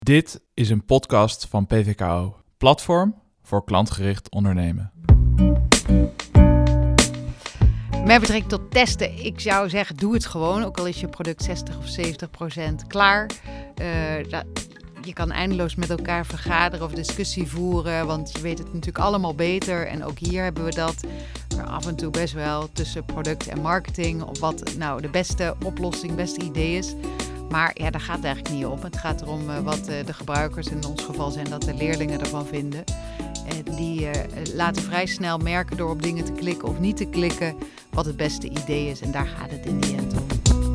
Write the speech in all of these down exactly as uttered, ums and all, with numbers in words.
Dit is een podcast van P V K O, Platform voor klantgericht ondernemen. Met betrekking tot testen, ik zou zeggen, doe het gewoon. Ook al is je product zestig of zeventig procent klaar. Uh, dat, je kan eindeloos met elkaar vergaderen of discussie voeren, want je weet het natuurlijk allemaal beter. En ook hier hebben we dat maar af en toe best wel tussen product en marketing. Of wat nou de beste oplossing, beste idee is. Maar ja, daar gaat het eigenlijk niet om. Het gaat erom uh, wat uh, de gebruikers, in ons geval zijn dat de leerlingen, ervan vinden. En die uh, laten vrij snel merken door op dingen te klikken of niet te klikken wat het beste idee is. En daar gaat het in die end om.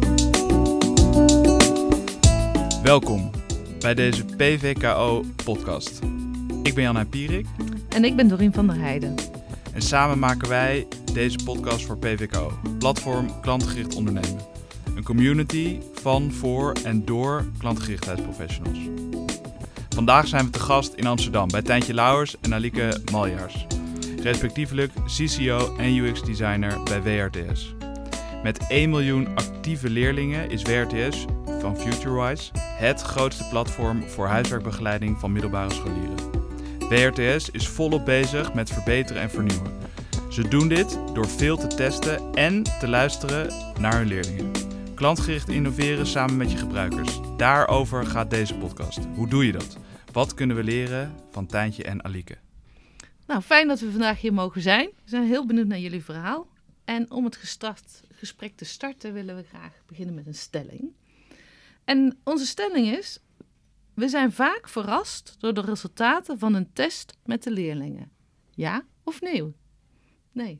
Welkom bij deze P V K O-podcast. Ik ben Jan Pierik. En ik ben Dorien van der Heijden. En samen maken wij deze podcast voor P V K O, Platform klantgericht ondernemen. Een community van, voor en door klantgerichtheidsprofessionals. Vandaag zijn we te gast in Amsterdam bij Tijntje Lauwers en Alike Maljaars, respectievelijk C C O en U X-designer bij W R T S. Met één miljoen actieve leerlingen is W R T S van FutureWise het grootste platform voor huiswerkbegeleiding van middelbare scholieren. W R T S is volop bezig met verbeteren en vernieuwen. Ze doen dit door veel te testen en te luisteren naar hun leerlingen. Klantgericht innoveren samen met je gebruikers. Daarover gaat deze podcast. Hoe doe je dat? Wat kunnen we leren van Tijntje en Alike? Nou, fijn dat we vandaag hier mogen zijn. We zijn heel benieuwd naar jullie verhaal. En om het gestart, gesprek te starten willen we graag beginnen met een stelling. En onze stelling is: we zijn vaak verrast door de resultaten van een test met de leerlingen. Ja of nee? Nee.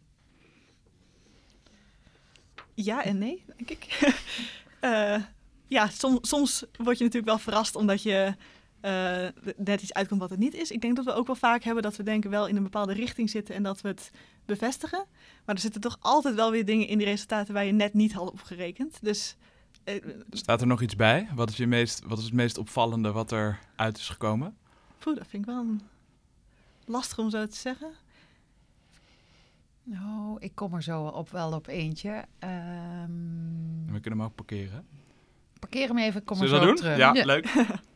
Ja en nee, denk ik. uh, ja, som, soms word je natuurlijk wel verrast omdat je uh, net iets uitkomt wat het niet is. Ik denk dat we ook wel vaak hebben dat we denken wel in een bepaalde richting zitten en dat we het bevestigen. Maar er zitten toch altijd wel weer dingen in die resultaten waar je net niet had op gerekend. Dus, uh, Staat er nog iets bij? Wat is, je meest, wat is het meest opvallende wat er uit is gekomen? Poeh, dat vind ik wel een... lastig om zo te zeggen. Nou, ik kom er zo op, wel op eentje. Um... We kunnen hem ook parkeren. Parkeer hem even, ik kom er Zullen zo we op dat doen? terug. Ja, leuk.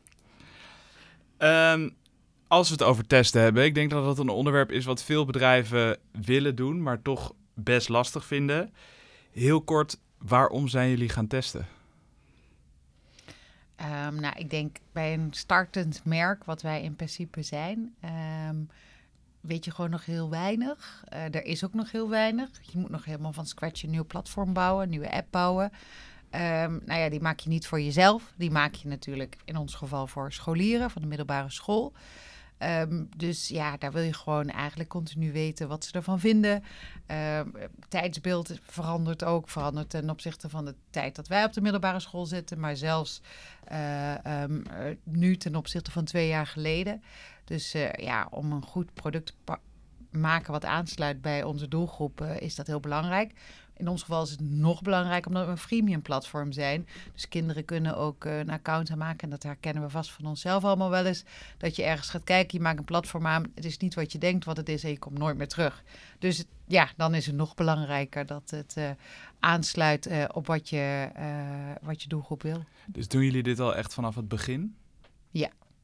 um, als we het over testen hebben, ik denk dat dat een onderwerp is wat veel bedrijven willen doen, maar toch best lastig vinden. Heel kort, waarom zijn jullie gaan testen? Um, nou, ik denk bij een startend merk, wat wij in principe zijn... Um, weet je gewoon nog heel weinig. Uh, er is ook nog heel weinig. Je moet nog helemaal van scratch een nieuw platform bouwen, een nieuwe app bouwen. Um, nou ja, die maak je niet voor jezelf. Die maak je natuurlijk in ons geval voor scholieren van de middelbare school. Um, dus ja, daar wil je gewoon eigenlijk continu weten wat ze ervan vinden. Um, tijdsbeeld verandert ook. Verandert ten opzichte van de tijd dat wij op de middelbare school zitten. Maar zelfs uh, um, uh, nu ten opzichte van twee jaar geleden. Dus uh, ja, om een goed product te pa- maken wat aansluit bij onze doelgroep uh, is dat heel belangrijk. In ons geval is het nog belangrijk omdat we een freemium platform zijn. Dus kinderen kunnen ook uh, een account aanmaken. En dat herkennen we vast van onszelf allemaal wel eens. Dat je ergens gaat kijken, je maakt een platform aan. Het is niet wat je denkt wat het is en je komt nooit meer terug. Dus ja, dan is het nog belangrijker dat het uh, aansluit uh, op wat je, uh, wat je doelgroep wil. Dus doen jullie dit al echt vanaf het begin? Ja.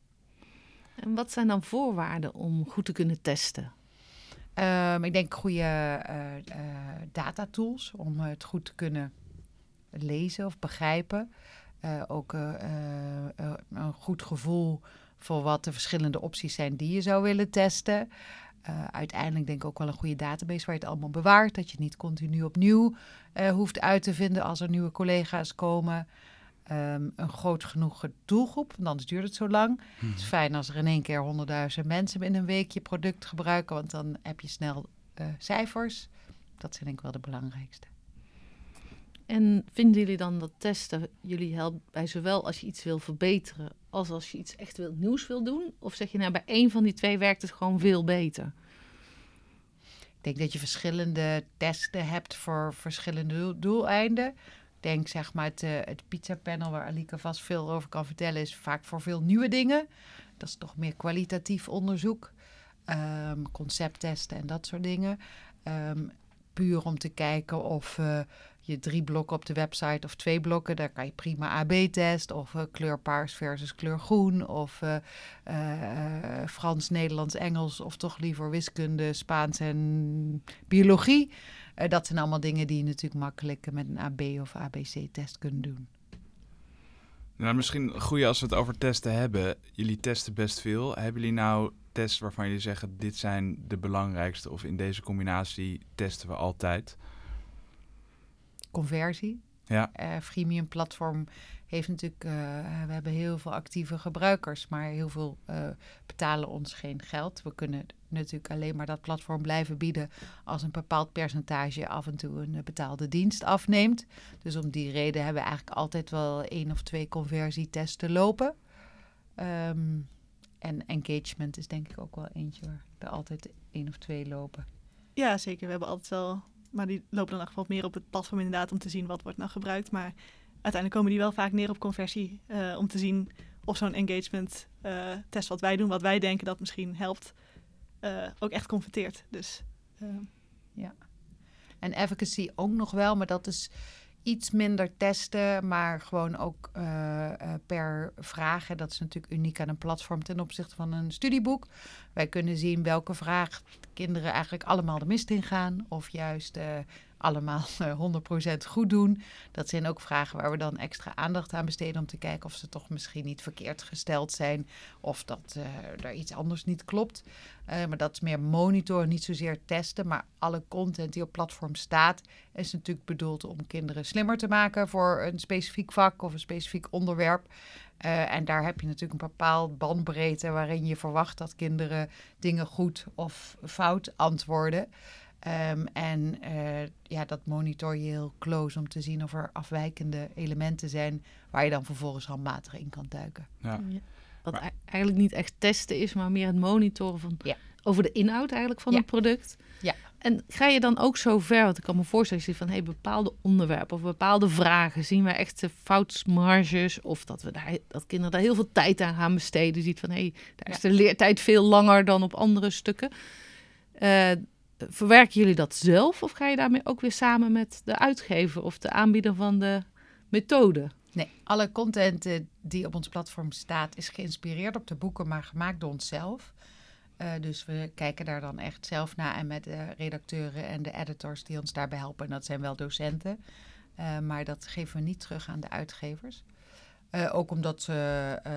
En wat zijn dan voorwaarden om goed te kunnen testen? Um, ik denk goede uh, uh, datatools om het goed te kunnen lezen of begrijpen. Uh, ook uh, uh, een goed gevoel voor wat de verschillende opties zijn die je zou willen testen. Uh, uiteindelijk denk ik ook wel een goede database waar je het allemaal bewaart. Dat je niet continu opnieuw uh, hoeft uit te vinden als er nieuwe collega's komen. Um, een groot genoeg doelgroep, want anders duurt het zo lang. Hmm. Het is fijn als er in één keer honderdduizend mensen in een week je product gebruiken, want dan heb je snel uh, cijfers. Dat zijn denk ik wel de belangrijkste. En vinden jullie dan dat testen jullie helpt bij zowel als je iets wil verbeteren, als als je iets echt wil, nieuws wil doen? Of zeg je nou, bij één van die twee werkt het gewoon veel beter? Ik denk dat je verschillende testen hebt voor verschillende doel- doeleinden. Ik denk zeg maar het, uh, het pizza panel waar Alike vast veel over kan vertellen is vaak voor veel nieuwe dingen. Dat is toch meer kwalitatief onderzoek. Um, concepttesten en dat soort dingen. Um, puur om te kijken of uh, je drie blokken op de website of twee blokken. Daar kan je prima A B-test of uh, kleur paars versus kleur groen. Of uh, uh, Frans, Nederlands, Engels of toch liever wiskunde, Spaans en biologie. Uh, dat zijn allemaal dingen die je natuurlijk makkelijk met een A B of A B C-test kunt doen. Nou, misschien goed als we het over testen hebben. Jullie testen best veel. Hebben jullie nou tests waarvan jullie zeggen, dit zijn de belangrijkste of in deze combinatie testen we altijd? Conversie. Ja. Uh, freemium platform heeft natuurlijk, uh, we hebben heel veel actieve gebruikers, maar heel veel uh, betalen ons geen geld. We kunnen natuurlijk alleen maar dat platform blijven bieden als een bepaald percentage af en toe een betaalde dienst afneemt. Dus om die reden hebben we eigenlijk altijd wel één of twee conversietesten lopen. Um, en engagement is denk ik ook wel eentje waar er altijd één of twee lopen. Ja, zeker. We hebben altijd wel, maar die lopen dan echt wat meer op het platform inderdaad om te zien wat wordt nou gebruikt. Maar uiteindelijk komen die wel vaak neer op conversie uh, om te zien of zo'n engagement uh, test wat wij doen, wat wij denken dat misschien helpt, uh, ook echt converteert. Dus, uh. Ja. En advocacy ook nog wel, maar dat is iets minder testen, maar gewoon ook uh, uh, per vraag. Dat is natuurlijk uniek aan een platform ten opzichte van een studieboek. Wij kunnen zien welke vraag kinderen eigenlijk allemaal de mist in gaan of juist uh, allemaal uh, honderd procent goed doen. Dat zijn ook vragen waar we dan extra aandacht aan besteden om te kijken of ze toch misschien niet verkeerd gesteld zijn of dat uh, er iets anders niet klopt. Uh, maar dat is meer monitoren, niet zozeer testen, maar alle content die op platform staat is natuurlijk bedoeld om kinderen slimmer te maken voor een specifiek vak of een specifiek onderwerp. Uh, en daar heb je natuurlijk een bepaald bandbreedte waarin je verwacht dat kinderen dingen goed of fout antwoorden. Um, en uh, ja, dat monitor je heel close om te zien of er afwijkende elementen zijn waar je dan vervolgens handmatig in kan duiken. Ja. Ja. Wat Maar, eigenlijk niet echt testen is, maar meer het monitoren van ja. over de inhoud eigenlijk van ja. het product. Ja. En ga je dan ook zo ver, want ik kan me voorstellen je ziet van hey, bepaalde onderwerpen of bepaalde vragen, zien we echt de foutsmarges of dat we daar, dat kinderen daar heel veel tijd aan gaan besteden. Je ziet van hey, daar is ja. de leertijd veel langer dan op andere stukken. Uh, verwerken jullie dat zelf of ga je daarmee ook weer samen met de uitgever of de aanbieder van de methode? Nee, alle content uh, die op ons platform staat is geïnspireerd op de boeken, maar gemaakt door onszelf. Uh, dus we kijken daar dan echt zelf naar en met de redacteuren en de editors die ons daarbij helpen. En dat zijn wel docenten, uh, maar dat geven we niet terug aan de uitgevers. Uh, ook omdat uh,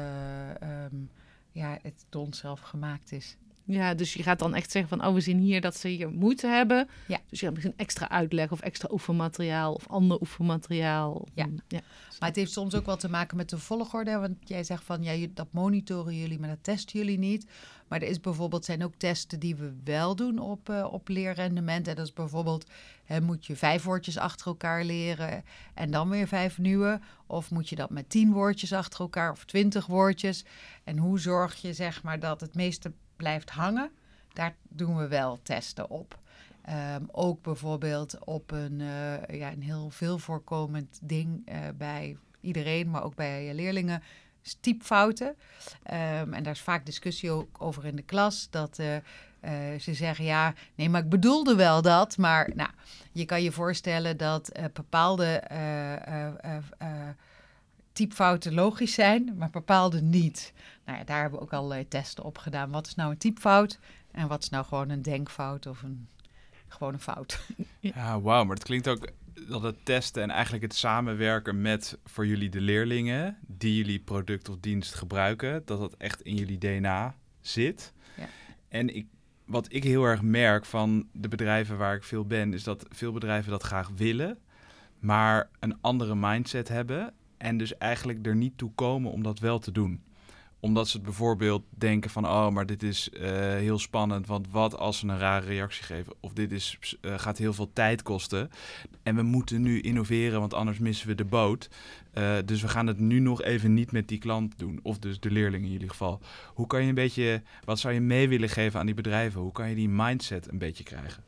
uh, um, ja, het door onszelf gemaakt is. Ja, dus je gaat dan echt zeggen van, oh, we zien hier dat ze hier moeite hebben. Ja. Dus je hebt misschien extra uitleg of extra oefenmateriaal of ander oefenmateriaal. Ja. ja. Maar het heeft soms ook wel te maken met de volgorde. Want jij zegt van, ja, dat monitoren jullie, maar dat testen jullie niet. Maar er is bijvoorbeeld, zijn ook testen die we wel doen op, uh, op leerrendement. En dat is bijvoorbeeld, hè, moet je vijf woordjes achter elkaar leren en dan weer vijf nieuwe? Of moet je dat met tien woordjes achter elkaar of twintig woordjes? En hoe zorg je, zeg maar, dat het meeste blijft hangen? Daar doen we wel testen op. Um, ook bijvoorbeeld op een, uh, ja, een heel veel voorkomend ding uh, bij iedereen, maar ook bij leerlingen, is typfouten. Um, en daar is vaak discussie ook over in de klas, dat uh, uh, ze zeggen, ja, nee, maar ik bedoelde wel dat. Maar nou, je kan je voorstellen dat uh, bepaalde uh, uh, uh, uh, typfouten logisch zijn, maar bepaalde niet. Nou ja, daar hebben we ook allerlei testen op gedaan. Wat is nou een typfout en wat is nou gewoon een denkfout of een gewoon een fout? Ja, wauw, maar het klinkt ook dat het testen en eigenlijk het samenwerken met voor jullie de leerlingen die jullie product of dienst gebruiken, dat dat echt in jullie D N A zit. Ja. En ik, wat ik heel erg merk van de bedrijven waar ik veel ben, is dat veel bedrijven dat graag willen, maar een andere mindset hebben en dus eigenlijk er niet toe komen om dat wel te doen. Omdat ze het bijvoorbeeld denken van, oh, maar dit is uh, heel spannend, want wat als ze een rare reactie geven? Of dit is, uh, gaat heel veel tijd kosten en we moeten nu innoveren, want anders missen we de boot. Uh, dus we gaan het nu nog even niet met die klant doen, of dus de leerling in jullie geval. Hoe kan je een beetje, wat zou je mee willen geven aan die bedrijven? Hoe kan je die mindset een beetje krijgen?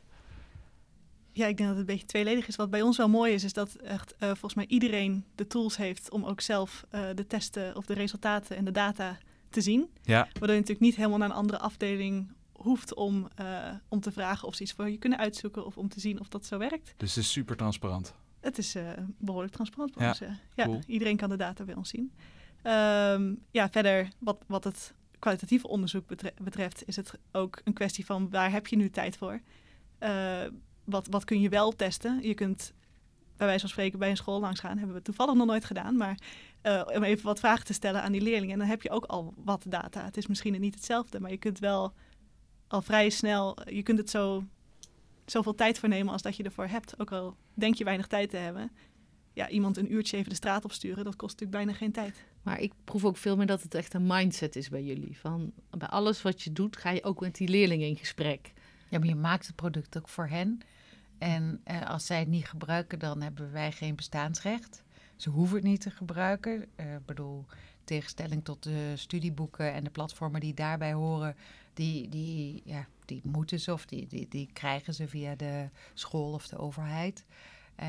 Ja, ik denk dat het een beetje tweeledig is. Wat bij ons wel mooi is, is dat echt uh, volgens mij iedereen de tools heeft om ook zelf uh, de testen of de resultaten en de data te zien. Ja. Waardoor je natuurlijk niet helemaal naar een andere afdeling hoeft om, uh, om te vragen of ze iets voor je kunnen uitzoeken of om te zien of dat zo werkt. Dus het is super transparant. Het is uh, behoorlijk transparant bij Ja, ons. Uh, ja, cool. Iedereen kan de data bij ons zien. Um, ja, verder, wat, wat het kwalitatieve onderzoek betre- betreft, is het ook een kwestie van waar heb je nu tijd voor? Uh, wat, wat kun je wel testen? Je kunt bij wijze van spreken bij een school langs gaan. Hebben we toevallig nog nooit gedaan. Maar uh, om even wat vragen te stellen aan die leerlingen. En dan heb je ook al wat data. Het is misschien niet hetzelfde, maar je kunt wel al vrij snel... Je kunt het zo zoveel tijd voor nemen als dat je ervoor hebt. Ook al denk je weinig tijd te hebben. Ja, iemand een uurtje even de straat opsturen, dat kost natuurlijk bijna geen tijd. Maar ik proef ook veel meer dat het echt een mindset is bij jullie. Van, bij alles wat je doet, ga je ook met die leerlingen in gesprek. Ja, maar je maakt het product ook voor hen. En uh, als zij het niet gebruiken, dan hebben wij geen bestaansrecht. Ze hoeven het niet te gebruiken. Ik uh, bedoel, tegenstelling tot de studieboeken en de platformen die daarbij horen, die, die, ja, die moeten ze of die, die, die krijgen ze via de school of de overheid. Uh,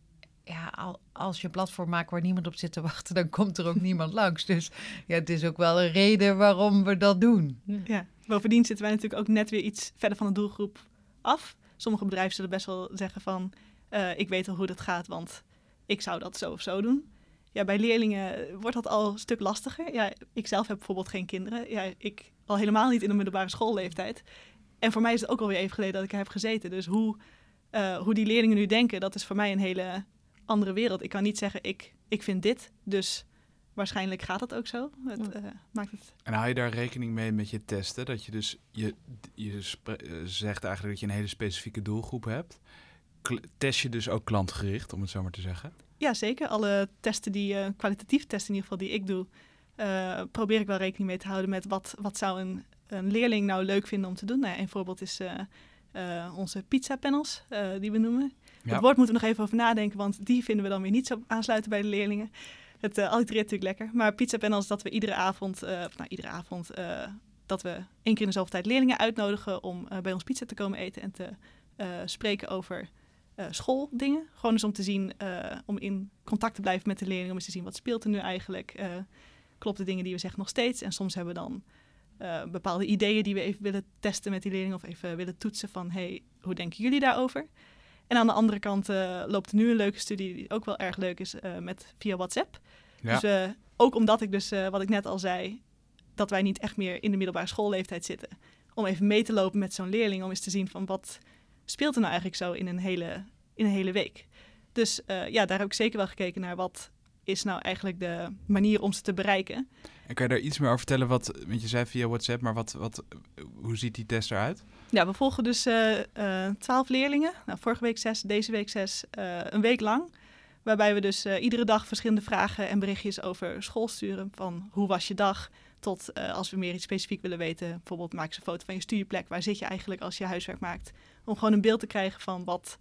ja, al, als je een platform maakt waar niemand op zit te wachten, dan komt er ook niemand langs. Dus ja, het is ook wel een reden waarom we dat doen. Ja. Ja, bovendien zitten wij natuurlijk ook net weer iets verder van de doelgroep af. Sommige bedrijven zullen best wel zeggen van, uh, ik weet al hoe dat gaat, want ik zou dat zo of zo doen. Ja, bij leerlingen wordt dat al een stuk lastiger. Ja, ik zelf heb bijvoorbeeld geen kinderen. Ja, ik al helemaal niet in de middelbare schoolleeftijd. En voor mij is het ook alweer even geleden dat ik er heb gezeten. Dus hoe, uh, hoe die leerlingen nu denken, dat is voor mij een hele andere wereld. Ik kan niet zeggen, ik, ik vind dit, dus waarschijnlijk gaat dat ook zo. Het, uh, maakt het... En hou je daar rekening mee met je testen? Dat je dus, je, je spre- zegt eigenlijk dat je een hele specifieke doelgroep hebt. Kl- test je dus ook klantgericht, om het zo maar te zeggen? Ja, zeker. Alle testen die, uh, kwalitatieve testen in ieder geval die ik doe, uh, probeer ik wel rekening mee te houden met wat, wat zou een, een leerling nou leuk vinden om te doen. Nou ja, een voorbeeld is uh, uh, onze pizza panels, uh, die we noemen. Ja. Het woord moeten we nog even over nadenken, want die vinden we dan weer niet zo aansluiten bij de leerlingen. Het uh, allitereert natuurlijk lekker. Maar pizza panels, dat we iedere avond, uh, nou iedere avond, uh, dat we één keer in de zoveel tijd leerlingen uitnodigen om uh, bij ons pizza te komen eten en te uh, spreken over uh, schooldingen. Gewoon dus om te zien, uh, om in contact te blijven met de leerlingen, om eens te zien wat speelt er nu eigenlijk. Uh, klopt de dingen die we zeggen nog steeds? En soms hebben we dan uh, bepaalde ideeën die we even willen testen met die leerlingen of even willen toetsen van, hey, hoe denken jullie daarover? En aan de andere kant uh, loopt er nu een leuke studie die ook wel erg leuk is uh, met via WhatsApp. Ja. Dus uh, ook omdat ik dus, uh, wat ik net al zei, dat wij niet echt meer in de middelbare schoolleeftijd zitten. Om even mee te lopen met zo'n leerling, om eens te zien van wat speelt er nou eigenlijk zo in een hele, in een hele week. Dus uh, ja, daar heb ik zeker wel gekeken naar wat is nou eigenlijk de manier om ze te bereiken. En kan je daar iets meer over vertellen? Wat, want je zei via WhatsApp, maar wat, wat, hoe ziet die test eruit? Ja, we volgen dus twaalf uh, uh, leerlingen. Nou, vorige week zes, deze week zes, uh, een week lang. Waarbij we dus uh, iedere dag verschillende vragen en berichtjes over school sturen. Van hoe was je dag? Tot uh, als we meer iets specifiek willen weten. Bijvoorbeeld maak eens een foto van je studieplek. Waar zit je eigenlijk als je huiswerk maakt? Om gewoon een beeld te krijgen van wat,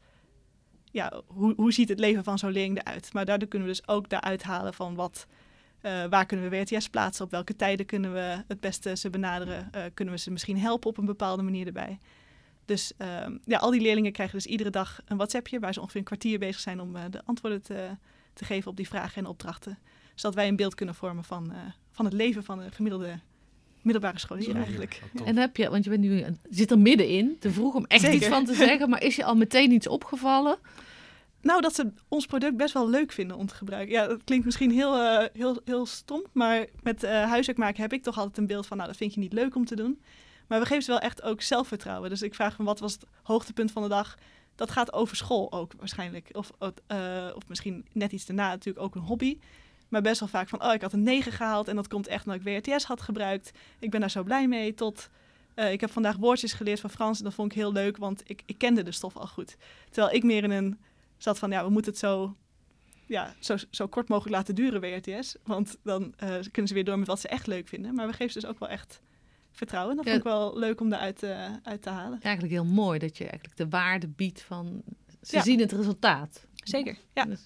ja, hoe, hoe ziet het leven van zo'n leerling eruit? Maar daardoor kunnen we dus ook daaruit halen van wat, uh, waar kunnen we W T S plaatsen? Op welke tijden kunnen we het beste ze benaderen? Uh, kunnen we ze misschien helpen op een bepaalde manier erbij? Dus uh, ja, al die leerlingen krijgen dus iedere dag een WhatsAppje waar ze ongeveer een kwartier bezig zijn om uh, de antwoorden te, te geven op die vragen en opdrachten. Zodat wij een beeld kunnen vormen van, uh, van het leven van een gemiddelde middelbare scholier eigenlijk. Ja, en heb je, want je bent nu je zit er middenin, te vroeg om echt Zeker. iets van te zeggen, maar is je al meteen iets opgevallen? Nou, dat ze ons product best wel leuk vinden om te gebruiken. Ja, dat klinkt misschien heel, uh, heel, heel stom, maar met uh, huiswerk maken heb ik toch altijd een beeld van, nou, dat vind je niet leuk om te doen. Maar we geven ze wel echt ook zelfvertrouwen. Dus ik vraag me, wat was het hoogtepunt van de dag? Dat gaat over school ook waarschijnlijk. Of, uh, of misschien net iets daarna natuurlijk ook een hobby. Maar best wel vaak van, oh, ik had een negen gehaald en dat komt echt omdat ik W R T S had gebruikt. Ik ben daar zo blij mee. Tot, uh, ik heb vandaag woordjes geleerd van Frans en dat vond ik heel leuk, want ik, ik kende de stof al goed. Terwijl ik meer in een zat van, ja, we moeten het zo, ja, zo, zo kort mogelijk laten duren, W R T S. Want dan uh, kunnen ze weer door met wat ze echt leuk vinden. Maar we geven ze dus ook wel echt vertrouwen. Dat ja, vond ik wel leuk om daaruit uh, uit te halen. Eigenlijk heel mooi dat je eigenlijk de waarde biedt van, ze ja. zien het resultaat. Zeker, ja. Dus.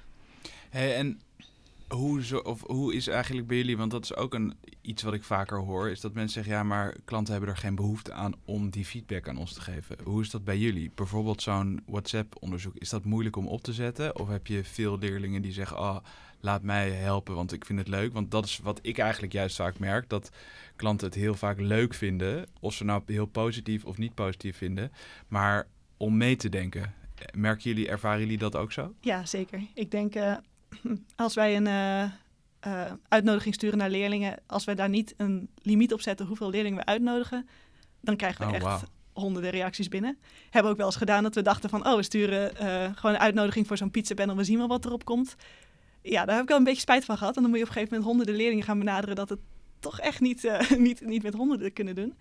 Hey, en hoe, zo, of hoe is eigenlijk bij jullie, want dat is ook een, iets wat ik vaker hoor, is dat mensen zeggen, ja, maar klanten hebben er geen behoefte aan om die feedback aan ons te geven. Hoe is dat bij jullie? Bijvoorbeeld zo'n WhatsApp-onderzoek, is dat moeilijk om op te zetten? Of heb je veel leerlingen die zeggen, oh, laat mij helpen, want ik vind het leuk. Want dat is wat ik eigenlijk juist vaak merk, dat klanten het heel vaak leuk vinden, of ze nou heel positief of niet positief vinden, maar om mee te denken. merken jullie, ervaren jullie dat ook zo? Ja, zeker. Ik denk uh, als wij een uh, uh, uitnodiging sturen naar leerlingen, als wij daar niet een limiet op zetten hoeveel leerlingen we uitnodigen, dan krijgen we Oh, echt wow. honderden reacties binnen. Hebben we ook wel eens gedaan dat we dachten van, oh, we sturen uh, gewoon een uitnodiging voor zo'n pizzapanel, we zien wel wat erop komt. Ja, daar heb ik wel een beetje spijt van gehad. En dan moet je op een gegeven moment honderden leerlingen gaan benaderen dat het toch echt niet, uh, niet, niet met honderden kunnen doen.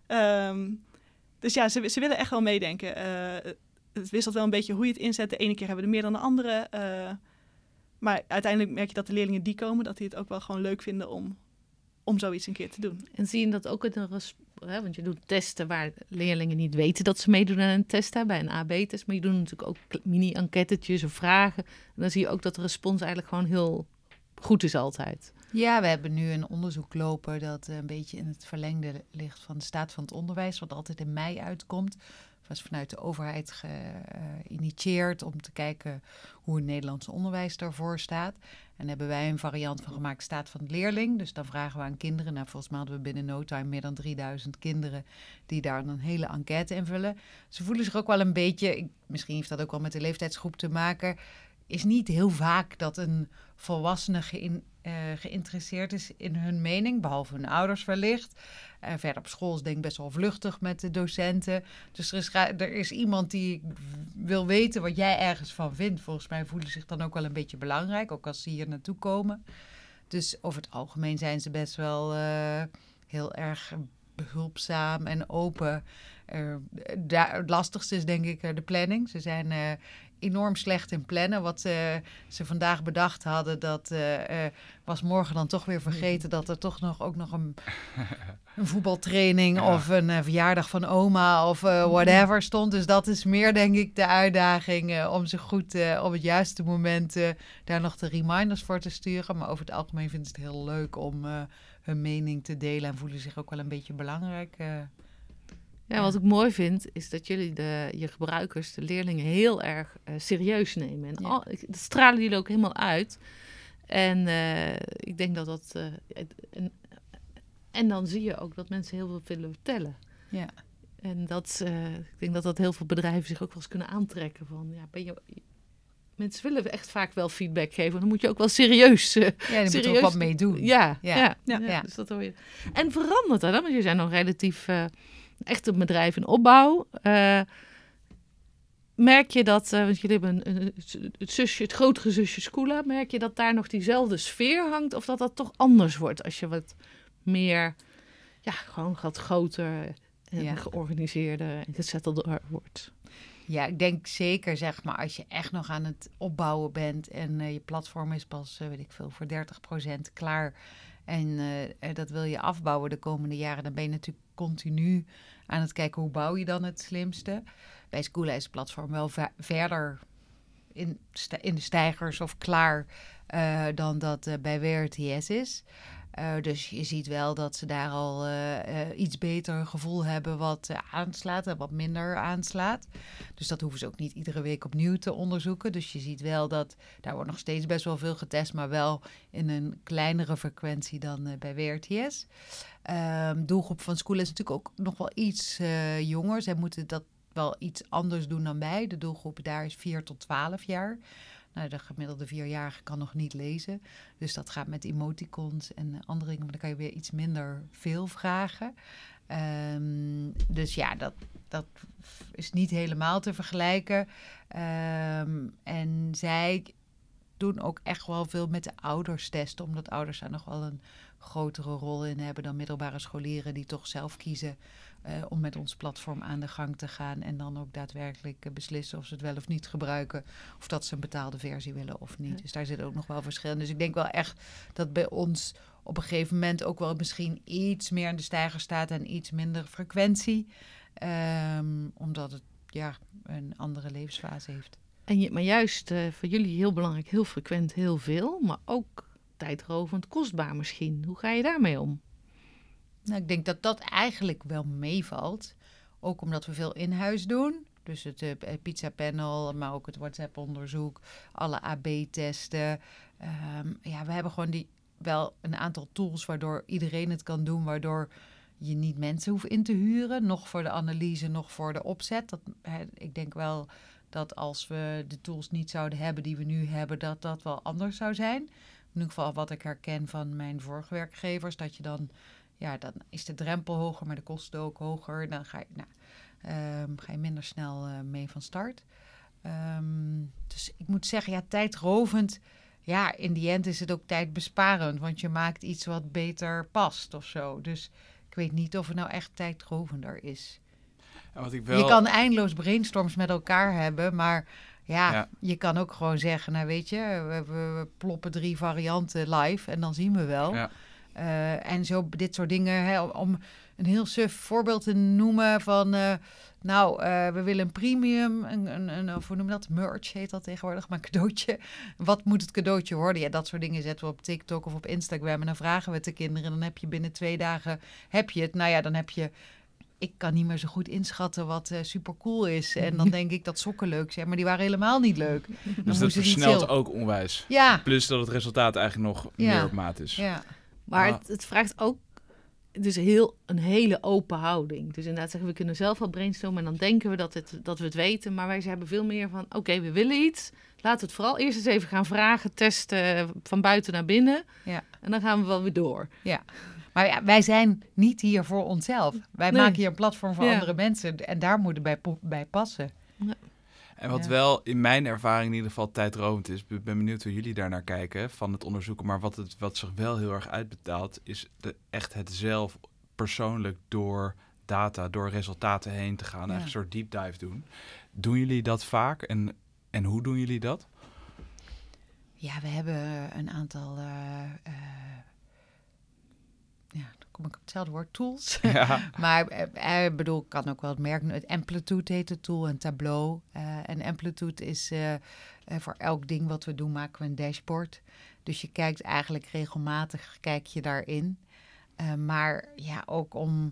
Um, dus ja, ze, ze willen echt wel meedenken. Uh, het wisselt wel een beetje hoe je het inzet. De ene keer hebben we er meer dan de andere. Uh, maar uiteindelijk merk je dat de leerlingen die komen, dat die het ook wel gewoon leuk vinden om, om zoiets een keer te doen. En zie je dat ook in een res- hè, want je doet testen waar leerlingen niet weten dat ze meedoen aan een test, hè, bij een A B-test. Maar je doet natuurlijk ook mini-enquêtetjes of vragen. En dan zie je ook dat de respons eigenlijk gewoon heel goed is altijd. Ja, we hebben nu een onderzoek lopen dat een beetje in het verlengde ligt van de staat van het onderwijs, wat altijd in mei uitkomt. Was vanuit de overheid geïnitieerd om te kijken hoe het Nederlandse onderwijs daarvoor staat. En hebben wij een variant van gemaakt, staat van de leerling. Dus dan vragen we aan kinderen, nou volgens mij hadden we binnen no time meer dan drieduizend kinderen die daar een hele enquête invullen. Ze voelen zich ook wel een beetje, ik, misschien heeft dat ook wel met de leeftijdsgroep te maken, is niet heel vaak dat een volwassene geïn, uh, geïnteresseerd is in hun mening, behalve hun ouders wellicht. Uh, verder op school is denk ik best wel vluchtig met de docenten. Dus er is, er is iemand die wil weten wat jij ergens van vindt. Volgens mij voelen zich dan ook wel een beetje belangrijk, ook als ze hier naartoe komen. Dus over het algemeen zijn ze best wel uh, heel erg behulpzaam en open. Uh, daar, het lastigste is denk ik uh, de planning. Ze zijn uh, enorm slecht in plannen. Wat uh, ze vandaag bedacht hadden, dat uh, uh, was morgen dan toch weer vergeten dat er toch nog ook nog een, een voetbaltraining ja. of een uh, verjaardag van oma of uh, whatever stond. Dus dat is meer denk ik de uitdaging uh, om ze goed uh, op het juiste moment uh, daar nog de reminders voor te sturen. Maar over het algemeen vinden ze het heel leuk om uh, hun mening te delen en voelen zich ook wel een beetje belangrijk. Uh, Ja, wat ik mooi vind, is dat jullie de, je gebruikers, de leerlingen, heel erg uh, serieus nemen. En ja. al, dat stralen jullie ook helemaal uit. En uh, ik denk dat dat... Uh, en, en dan zie je ook dat mensen heel veel willen vertellen. Ja. En dat, uh, ik denk dat dat heel veel bedrijven zich ook wel eens kunnen aantrekken. Van, ja, ben je... Mensen willen echt vaak wel feedback geven. Dan moet je ook wel serieus... Uh, ja, daar moet je ook wat mee doen. Ja, ja. ja, ja, ja. ja. Dus dat hoor je. En verandert dat dan? Want je zijn nog relatief... Uh, echt een bedrijf in opbouw. Uh, merk je dat, uh, want jullie hebben een, een, het zusje, het grotere zusje Skoola, merk je dat daar nog diezelfde sfeer hangt of dat dat toch anders wordt als je wat meer, ja, gewoon wat groter en ja. georganiseerder en gezettelder wordt? Ja, ik denk zeker, zeg maar, als je echt nog aan het opbouwen bent en uh, je platform is pas, uh, weet ik veel, voor dertig procent klaar en uh, dat wil je afbouwen de komende jaren, dan ben je natuurlijk continu aan het kijken hoe bouw je dan het slimste. Bij Skoola is het platform wel va- verder in, st- in de stijgers of klaar uh, dan dat uh, bij W R T S is. Uh, dus je ziet wel dat ze daar al uh, uh, iets beter gevoel hebben wat uh, aanslaat en wat minder aanslaat. Dus dat hoeven ze ook niet iedere week opnieuw te onderzoeken. Dus je ziet wel dat daar wordt nog steeds best wel veel getest, maar wel in een kleinere frequentie dan uh, bij W R T S. Um, doelgroep van Skoola is natuurlijk ook nog wel iets uh, jonger. Zij moeten dat wel iets anders doen dan wij. De doelgroep daar is vier tot twaalf jaar. Nou, de gemiddelde vierjarige kan nog niet lezen. Dus dat gaat met emoticons en andere dingen. Maar dan kan je weer iets minder veel vragen. Um, dus ja, dat, dat is niet helemaal te vergelijken. Um, en zij doen ook echt wel veel met de ouders testen. Omdat ouders daar nog wel een grotere rol in hebben dan middelbare scholieren die toch zelf kiezen uh, om met ons platform aan de gang te gaan en dan ook daadwerkelijk uh, beslissen of ze het wel of niet gebruiken, of dat ze een betaalde versie willen of niet. Ja. Dus daar zit ook nog wel verschil in. Dus ik denk wel echt dat bij ons op een gegeven moment ook wel misschien iets meer in de stijger staat en iets minder frequentie, um, omdat het ja een andere levensfase heeft. En je, maar juist uh, voor jullie heel belangrijk, heel frequent, heel veel, maar ook tijdrovend, kostbaar misschien. Hoe ga je daarmee om? Nou, ik denk dat dat eigenlijk wel meevalt. Ook omdat we veel in huis doen. Dus het uh, pizza panel, maar ook het WhatsApp-onderzoek, alle A B-testen. Um, ja, we hebben gewoon die, wel een aantal tools waardoor iedereen het kan doen, waardoor je niet mensen hoeft in te huren. Nog voor de analyse, nog voor de opzet. Dat, hè, ik denk wel dat als we de tools niet zouden hebben die we nu hebben, dat dat wel anders zou zijn. In ieder geval wat ik herken van mijn vorige werkgevers, dat je dan, ja, dan is de drempel hoger, maar de kosten ook hoger. Dan ga je, nou, um, ga je minder snel uh, mee van start. Um, dus ik moet zeggen, ja, tijdrovend. Ja, in die end is het ook tijdbesparend, want je maakt iets wat beter past of zo. Dus ik weet niet of het nou echt tijdrovender is. Ja, wat ik wel... Je kan eindeloos brainstorms met elkaar hebben, maar ja, Ja. je kan ook gewoon zeggen, nou weet je, we, we, we ploppen drie varianten live en dan zien we wel. Ja. Uh, en zo dit soort dingen, hè, om een heel suf voorbeeld te noemen van, uh, nou, uh, we willen een premium, een, een, een, of hoe noem je dat, merch heet dat tegenwoordig, maar een cadeautje. Wat moet het cadeautje worden? Ja, dat soort dingen zetten we op TikTok of op Instagram en dan vragen we het de kinderen en dan heb je binnen twee dagen, heb je het. Nou ja, dan heb je, ik kan niet meer zo goed inschatten wat uh, super cool is. En dan denk ik dat sokken leuk zijn, maar die waren helemaal niet leuk. Dan Dus dat versnelt ook onwijs. Ja. Plus dat het resultaat eigenlijk nog Ja. meer op maat is. Ja. Maar Ah. het, het vraagt ook dus heel, een hele open houding. Dus inderdaad zeggen we kunnen zelf wel brainstormen en dan denken we dat, het, dat we het weten. Maar wij hebben veel meer van, oké, okay, we willen iets. Laten we het vooral eerst eens even gaan vragen, testen van buiten naar binnen. Ja. En dan gaan we wel weer door. Ja. Maar ja, wij zijn niet hier voor onszelf. Wij Nee. maken hier een platform voor Ja. andere mensen. En daar moeten bij, po- bij passen. En wat Ja. wel in mijn ervaring in ieder geval tijdrovend is, ik ben benieuwd hoe jullie daarnaar kijken van het onderzoeken, maar wat, het, wat zich wel heel erg uitbetaalt, is de, echt het zelf persoonlijk door data, door resultaten heen te gaan, Ja. eigenlijk een soort deep dive doen. Doen jullie dat vaak en, en hoe doen jullie dat? Ja, we hebben een aantal, uh, uh, ja, dan kom ik op hetzelfde woord, tools. Ja. Maar ik uh, bedoel, ik kan ook wel het merk, het Amplitude heet de tool en Tableau. Uh, en Amplitude is uh, uh, voor elk ding wat we doen maken we een dashboard. Dus je kijkt eigenlijk regelmatig, kijk je daarin. Uh, maar ja, ook om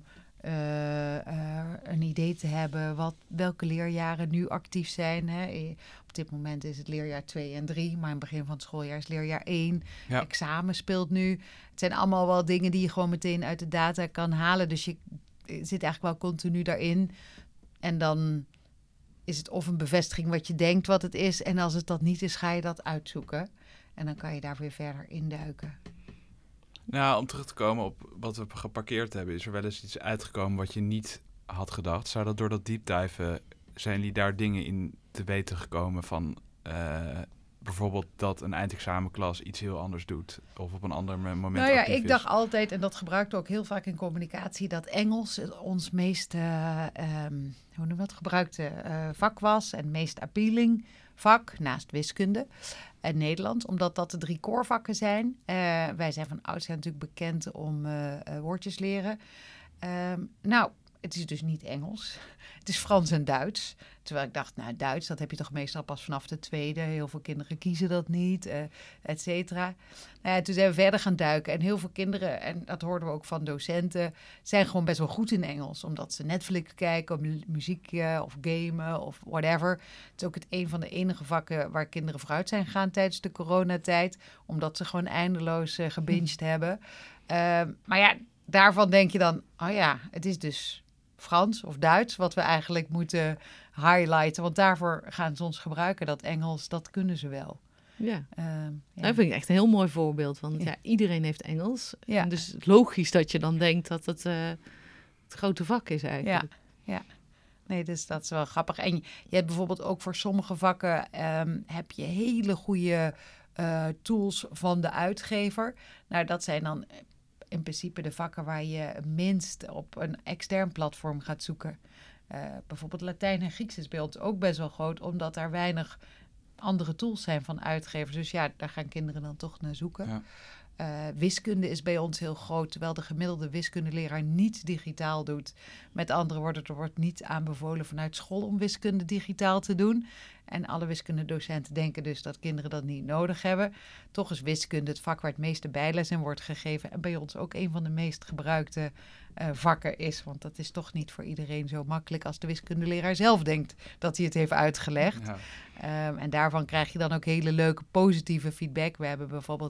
uh, uh, een idee te hebben wat, welke leerjaren nu actief zijn. Hè. Op dit moment is het leerjaar twee en drie, maar in het begin van het schooljaar is leerjaar één. Ja. Examen speelt nu. Het zijn allemaal wel dingen die je gewoon meteen uit de data kan halen. Dus je zit eigenlijk wel continu daarin. En dan is het of een bevestiging wat je denkt wat het is. En als het dat niet is, ga je dat uitzoeken. En dan kan je daar weer verder induiken. Nou, om terug te komen op wat we geparkeerd hebben, is er wel eens iets uitgekomen wat je niet had gedacht. Zou dat door dat deep diven, zijn jullie daar dingen in te weten gekomen van uh, bijvoorbeeld dat een eindexamenklas iets heel anders doet of op een ander moment Nou ja, actief ik is? dacht altijd, en dat gebruikte ook heel vaak in communicatie, dat Engels ons meest, uh, um, hoe noem je dat, gebruikte uh, vak was en meest appealing vak, naast wiskunde en Nederlands, omdat dat de drie core-vakken zijn. Uh, wij zijn van oudsher natuurlijk bekend om uh, uh, woordjes leren. Um, nou, het is dus niet Engels. Het is Frans en Duits. Terwijl ik dacht, nou, Duits, dat heb je toch meestal pas vanaf de tweede. Heel veel kinderen kiezen dat niet, uh, et cetera. Nou ja, toen zijn we verder gaan duiken. En heel veel kinderen, en dat hoorden we ook van docenten, zijn gewoon best wel goed in Engels. Omdat ze Netflix kijken, of mu- muziek uh, of gamen of whatever. Het is ook het een van de enige vakken waar kinderen vooruit zijn gegaan tijdens de coronatijd. Omdat ze gewoon eindeloos uh, gebinged hebben. Uh, maar ja, daarvan denk je dan, oh ja, het is dus Frans of Duits wat we eigenlijk moeten highlighten. Want daarvoor gaan ze ons gebruiken. Dat Engels, dat kunnen ze wel. Ja. Uh, ja. Dat vind ik echt een heel mooi voorbeeld. Want Ja. ja, iedereen heeft Engels. Ja. En dus logisch dat je dan denkt dat het uh, het grote vak is eigenlijk. Ja, ja. Nee, dus dat is wel grappig. En je, je hebt bijvoorbeeld ook voor sommige vakken um, heb je hele goede uh, tools van de uitgever. Nou, dat zijn dan in principe de vakken waar je minst op een extern platform gaat zoeken. Uh, bijvoorbeeld Latijn en Grieks is bij ons ook best wel groot, omdat daar weinig andere tools zijn van uitgevers. Dus ja, daar gaan kinderen dan toch naar zoeken. Ja. Uh, wiskunde is bij ons heel groot, terwijl de gemiddelde wiskundeleraar niet digitaal doet. Met andere woorden, er wordt niet aanbevolen vanuit school om wiskunde digitaal te doen. En alle wiskundedocenten denken dus dat kinderen dat niet nodig hebben. Toch is wiskunde het vak waar het meeste bijles in wordt gegeven. En bij ons ook een van de meest gebruikte uh, vakken is. Want dat is toch niet voor iedereen zo makkelijk als de wiskundeleraar zelf denkt dat hij het heeft uitgelegd. Ja. Um, en daarvan krijg je dan ook hele leuke positieve feedback. We hebben bijvoorbeeld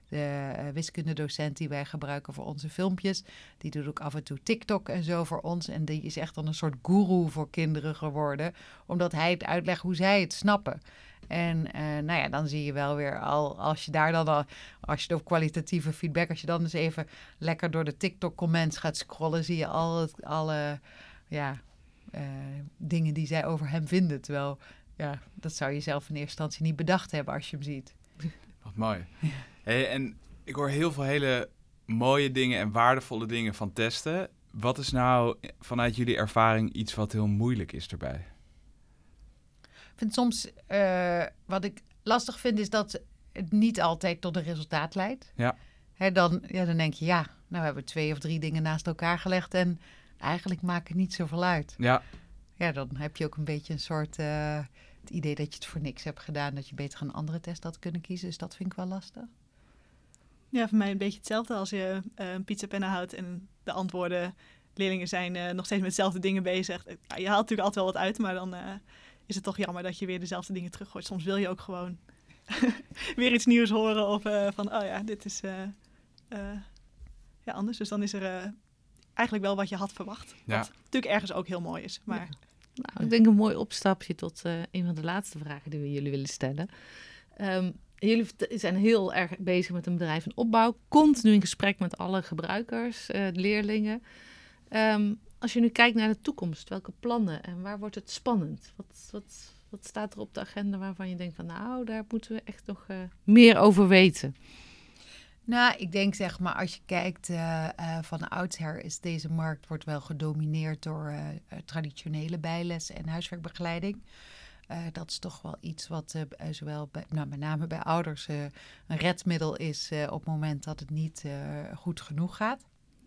de uh, wiskundedocent die wij gebruiken voor onze filmpjes. Die doet ook af en toe TikTok en zo voor ons. En die is echt dan een soort goeroe voor kinderen geworden. Omdat hij het uitlegt hoe zij het snappen. En uh, nou ja, dan zie je wel weer al, als je daar dan al, als je op kwalitatieve feedback, als je dan eens even lekker door de TikTok-comments gaat scrollen, zie je al het, alle ja, uh, dingen die zij over hem vinden. Terwijl, ja, dat zou je zelf in eerste instantie niet bedacht hebben als je hem ziet. Wat mooi. Ja. Hey, en ik hoor heel veel hele mooie dingen en waardevolle dingen van testen. Wat is nou vanuit jullie ervaring iets wat heel moeilijk is erbij? Ik vind soms, uh, wat ik lastig vind, is dat het niet altijd tot een resultaat leidt. Ja. Hè, dan, ja, dan denk je, ja, nou hebben we twee of drie dingen naast elkaar gelegd en eigenlijk maakt het niet zoveel uit. Ja. Ja, dan heb je ook een beetje een soort, uh, het idee dat je het voor niks hebt gedaan, dat je beter een andere test had kunnen kiezen. Dus dat vind ik wel lastig. Ja, voor mij een beetje hetzelfde als je uh, een pizzapenna houdt en de antwoorden, leerlingen zijn uh, nog steeds met dezelfde dingen bezig. Ja, je haalt natuurlijk altijd wel wat uit, maar dan... Uh, is het toch jammer dat je weer dezelfde dingen teruggooit. Soms wil je ook gewoon weer iets nieuws horen of uh, van, oh ja, dit is uh, uh, ja, anders. Dus dan is er uh, eigenlijk wel wat je had verwacht. Ja. Wat natuurlijk ergens ook heel mooi is. Maar... Ja. Nou, ik denk een mooi opstapje tot uh, een van de laatste vragen die we jullie willen stellen. Um, jullie zijn heel erg bezig met een bedrijf in opbouw. Continu in gesprek met alle gebruikers, uh, leerlingen. Um, Als je nu kijkt naar de toekomst, welke plannen en waar wordt het spannend? Wat, wat, wat staat er op de agenda waarvan je denkt van nou, daar moeten we echt nog uh, meer over weten? Nou, ik denk zeg maar als je kijkt uh, uh, van oudsher is deze markt wordt wel gedomineerd door uh, uh, traditionele bijles en huiswerkbegeleiding. Uh, dat is toch wel iets wat uh, zowel bij, nou, met name bij ouders uh, een redmiddel is uh, op het moment dat het niet uh, goed genoeg gaat.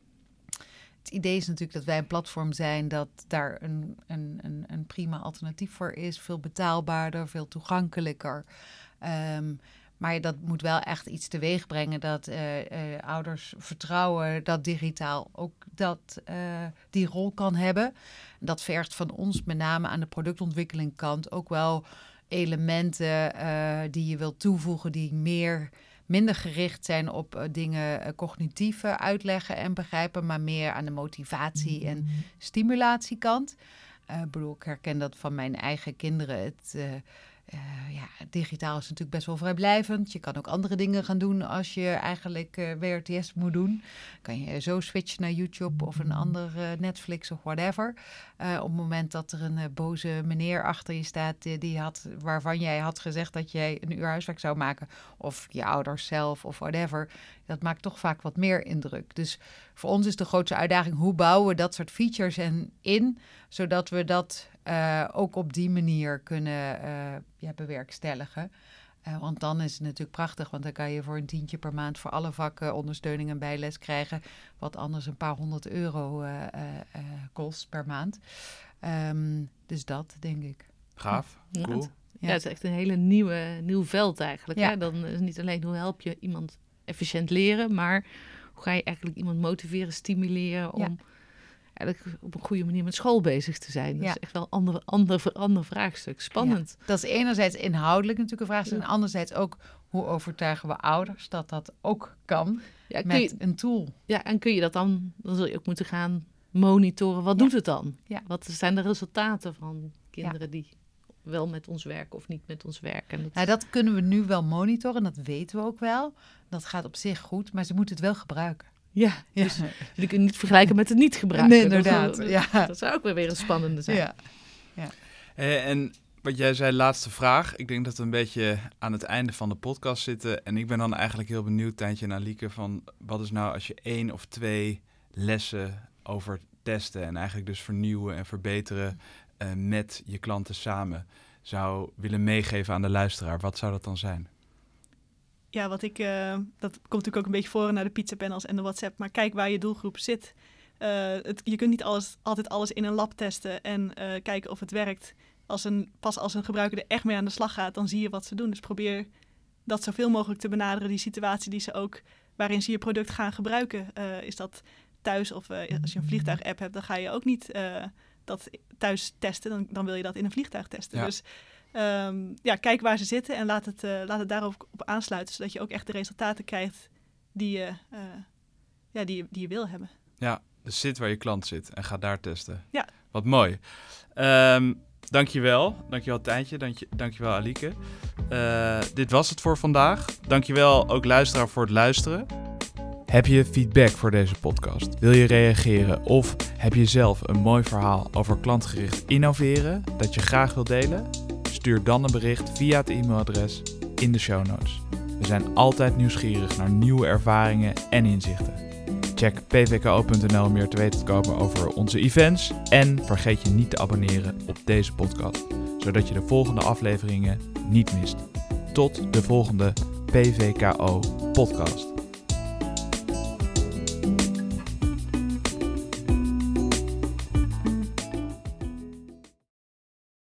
Het idee is natuurlijk dat wij een platform zijn dat daar een, een, een, een prima alternatief voor is. Veel betaalbaarder, veel toegankelijker. Um, maar dat moet wel echt iets teweeg brengen dat uh, uh, ouders vertrouwen dat digitaal ook dat, uh, die rol kan hebben. Dat vergt van ons met name aan de productontwikkeling kant ook wel elementen uh, die je wilt toevoegen die meer... minder gericht zijn op uh, dingen uh, cognitief uh, uitleggen en begrijpen, maar meer aan de motivatie- en stimulatiekant. Uh, ik bedoel, ik herken dat van mijn eigen kinderen. Het, uh, uh, ja, digitaal is natuurlijk best wel vrijblijvend. Je kan ook andere dingen gaan doen als je eigenlijk uh, W R T S moet doen. Kan je zo switchen naar YouTube of een ander uh, Netflix of whatever. Uh, op het moment dat er een uh, boze meneer achter je staat die, die had, waarvan jij had gezegd dat jij een uur huiswerk zou maken, of je ouders zelf of whatever, dat maakt toch vaak wat meer indruk. Dus voor ons is de grootste uitdaging, hoe bouwen we dat soort features en in, zodat we dat uh, ook op die manier kunnen uh, ja, bewerkstelligen. Uh, want dan is het natuurlijk prachtig, want dan kan je voor een tientje per maand voor alle vakken ondersteuning en bijles krijgen, wat anders een paar honderd euro uh, uh, uh, kost per maand. Um, dus dat, denk ik. Gaaf, cool. Ja, ja, het is echt een hele nieuwe, nieuw veld eigenlijk. Ja. Hè? Dan is het niet alleen hoe help je iemand efficiënt leren, maar hoe ga je eigenlijk iemand motiveren, stimuleren om Ja. eigenlijk op een goede manier met school bezig te zijn. Dat Ja. is echt wel een ander, ander, ander vraagstuk. Spannend. Ja, dat is enerzijds inhoudelijk natuurlijk een vraagstuk. Ja. En anderzijds ook, hoe overtuigen we ouders dat dat ook kan Ja, kun met je, een tool? ja, en kun je dat dan, dan zul je ook moeten gaan monitoren. Wat Ja. doet het dan? Ja. Wat zijn de resultaten van kinderen die wel met ons werken of niet met ons werken? Dat... Nou, dat kunnen we nu wel monitoren, dat weten we ook wel. Dat gaat op zich goed, maar ze moeten het wel gebruiken. Ja, Ja. dus jullie kunnen niet vergelijken met het niet gebruiken. Nee, inderdaad. Dat, Ja. dat zou ook weer weer een spannende zijn. Ja. Eh, en wat jij zei, laatste vraag. Ik denk dat we een beetje aan het einde van de podcast zitten. En ik ben dan eigenlijk heel benieuwd, Tijntje en Alieke, van wat is nou als je één of twee lessen over testen en eigenlijk dus vernieuwen en verbeteren uh, met je klanten samen zou willen meegeven aan de luisteraar. Wat zou dat dan zijn? Ja, wat ik, uh, dat komt natuurlijk ook een beetje voor naar de pizzapanels en de WhatsApp. Maar kijk waar je doelgroep zit. Uh, het, je kunt niet alles, altijd alles in een lab testen en uh, kijken of het werkt. Als een, pas als een gebruiker er echt mee aan de slag gaat, dan zie je wat ze doen. Dus probeer dat zoveel mogelijk te benaderen, die situatie die ze ook, waarin ze je product gaan gebruiken. Uh, is dat thuis of uh, als je een vliegtuig-app hebt, dan ga je ook niet uh, dat thuis testen. Dan, dan wil je dat in een vliegtuig testen. Ja. Dus um, ja, kijk waar ze zitten en laat het, uh, laat het daarop op aansluiten, zodat je ook echt de resultaten krijgt die je, uh, ja, die, die je wil hebben. Ja, dus zit waar je klant zit en ga daar testen. Ja. Wat mooi. Um, dankjewel. Dankjewel Tijntje. Dankje, dankjewel Alieke. Uh, dit was het voor vandaag. Dankjewel ook luisteraar voor het luisteren. Heb je feedback voor deze podcast? Wil je reageren of heb je zelf een mooi verhaal over klantgericht innoveren dat je graag wilt delen? Stuur dan een bericht via het e-mailadres in de show notes. We zijn altijd nieuwsgierig naar nieuwe ervaringen en inzichten. Check p v k o punt n l om meer te weten te komen over onze events. En vergeet je niet te abonneren op deze podcast, zodat je de volgende afleveringen niet mist. Tot de volgende P V K O podcast.